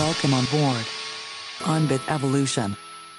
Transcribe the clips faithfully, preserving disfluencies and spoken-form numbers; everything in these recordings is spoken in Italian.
Welcome on board Onbit Evolution.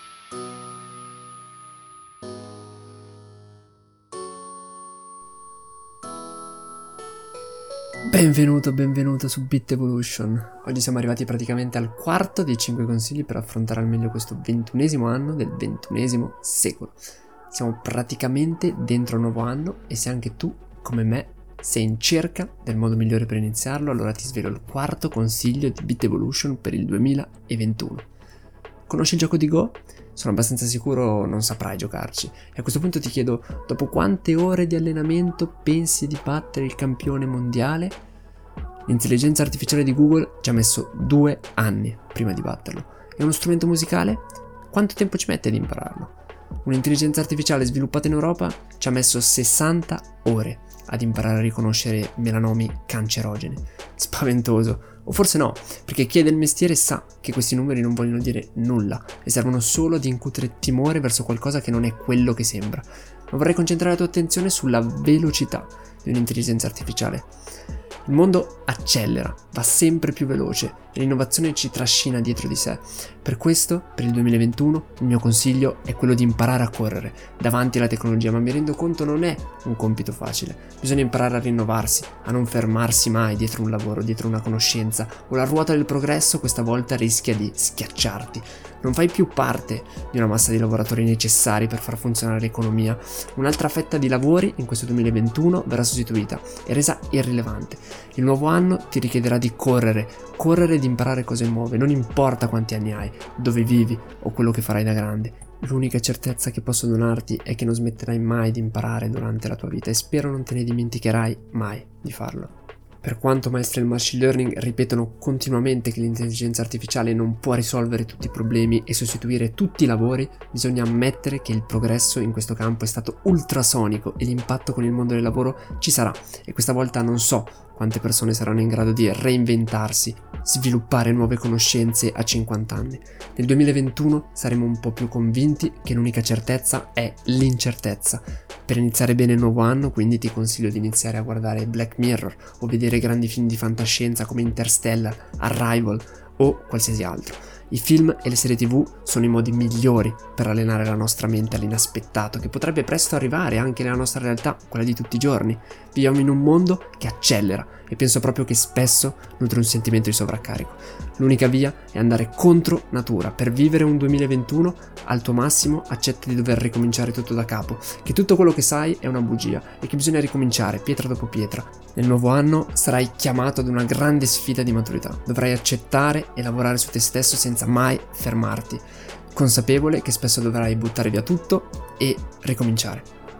Benvenuto, benvenuto su Bit Evolution. Oggi siamo arrivati praticamente al quarto dei cinque consigli per affrontare al meglio questo ventunesimo anno del ventunesimo secolo. Siamo praticamente dentro un nuovo anno e se anche tu, come me, sei in cerca del modo migliore per iniziarlo, allora ti svelo il quarto consiglio di Bit Evolution per il duemilaventuno. Conosci il gioco di Go? Sono abbastanza sicuro non saprai giocarci. E a questo punto ti chiedo, dopo quante ore di allenamento pensi di battere il campione mondiale? L'intelligenza artificiale di Google ci ha messo due anni prima di batterlo. È uno strumento musicale? Quanto tempo ci mette ad impararlo? Un'intelligenza artificiale sviluppata in Europa ci ha messo sessanta ore ad imparare a riconoscere melanomi cancerogeni. Spaventoso. O forse no, perché chi è del mestiere sa che questi numeri non vogliono dire nulla e servono solo ad incutere timore verso qualcosa che non è quello che sembra. Ma vorrei concentrare la tua attenzione sulla velocità di un'intelligenza artificiale. Il mondo accelera, va sempre più veloce e l'innovazione ci trascina dietro di sé. Per questo, per il duemilaventuno, il mio consiglio è quello di imparare a correre davanti alla tecnologia, ma mi rendo conto non è un compito facile. Bisogna imparare a rinnovarsi, a non fermarsi mai dietro un lavoro, dietro una conoscenza, o la ruota del progresso questa volta rischia di schiacciarti. Non fai più parte di una massa di lavoratori necessari per far funzionare l'economia. Un'altra fetta di lavori in questo duemilaventuno verrà sostituita e resa irrilevante. Il nuovo anno ti richiederà di correre, correre e di imparare cose nuove, non importa quanti anni hai, dove vivi o quello che farai da grande. L'unica certezza che posso donarti è che non smetterai mai di imparare durante la tua vita e spero non te ne dimenticherai mai di farlo. Per quanto maestri del machine learning ripetono continuamente che l'intelligenza artificiale non può risolvere tutti i problemi e sostituire tutti i lavori, bisogna ammettere che il progresso in questo campo è stato ultrasonico e l'impatto con il mondo del lavoro ci sarà e questa volta non so quante persone saranno in grado di reinventarsi, sviluppare nuove conoscenze a cinquanta anni. Nel duemilaventuno saremo un po' più convinti che l'unica certezza è l'incertezza. Per iniziare bene il nuovo anno, quindi ti consiglio di iniziare a guardare Black Mirror o vedere grandi film di fantascienza come Interstellar, Arrival o qualsiasi altro. I film e le serie tv sono i modi migliori per allenare la nostra mente all'inaspettato, che potrebbe presto arrivare anche nella nostra realtà, quella di tutti i giorni. Viviamo in un mondo che accelera e penso proprio che spesso nutre un sentimento di sovraccarico. L'unica via è andare contro natura. Per vivere un duemilaventuno al tuo massimo accetta di dover ricominciare tutto da capo, che tutto quello che sai è una bugia e che bisogna ricominciare pietra dopo pietra. Nel nuovo anno sarai chiamato ad una grande sfida di maturità. Dovrai accettare e lavorare su te stesso senza mai fermarti, consapevole che spesso dovrai buttare via tutto e ricominciare.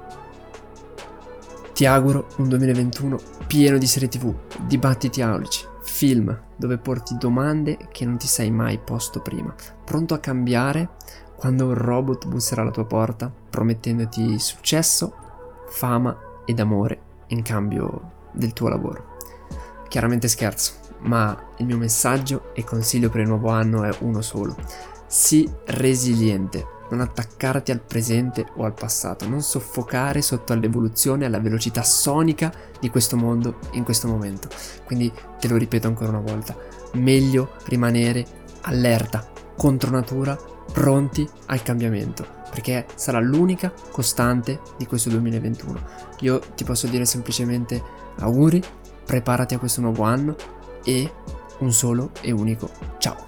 Ti auguro un duemilaventuno pieno di serie tv, dibattiti aulici, film dove porti domande che non ti sei mai posto prima, pronto a cambiare quando un robot busserà alla tua porta promettendoti successo, fama ed amore in cambio del tuo lavoro. Chiaramente scherzo, ma il mio messaggio e consiglio per il nuovo anno è uno solo: sii resiliente. Non attaccarti al presente o al passato, non soffocare sotto all'evoluzione e alla velocità sonica di questo mondo in questo momento. Quindi te lo ripeto ancora una volta: meglio rimanere allerta, contro natura, pronti al cambiamento, perché sarà l'unica costante di questo duemilaventuno. Io ti posso dire semplicemente auguri, preparati a questo nuovo anno e un solo e unico ciao.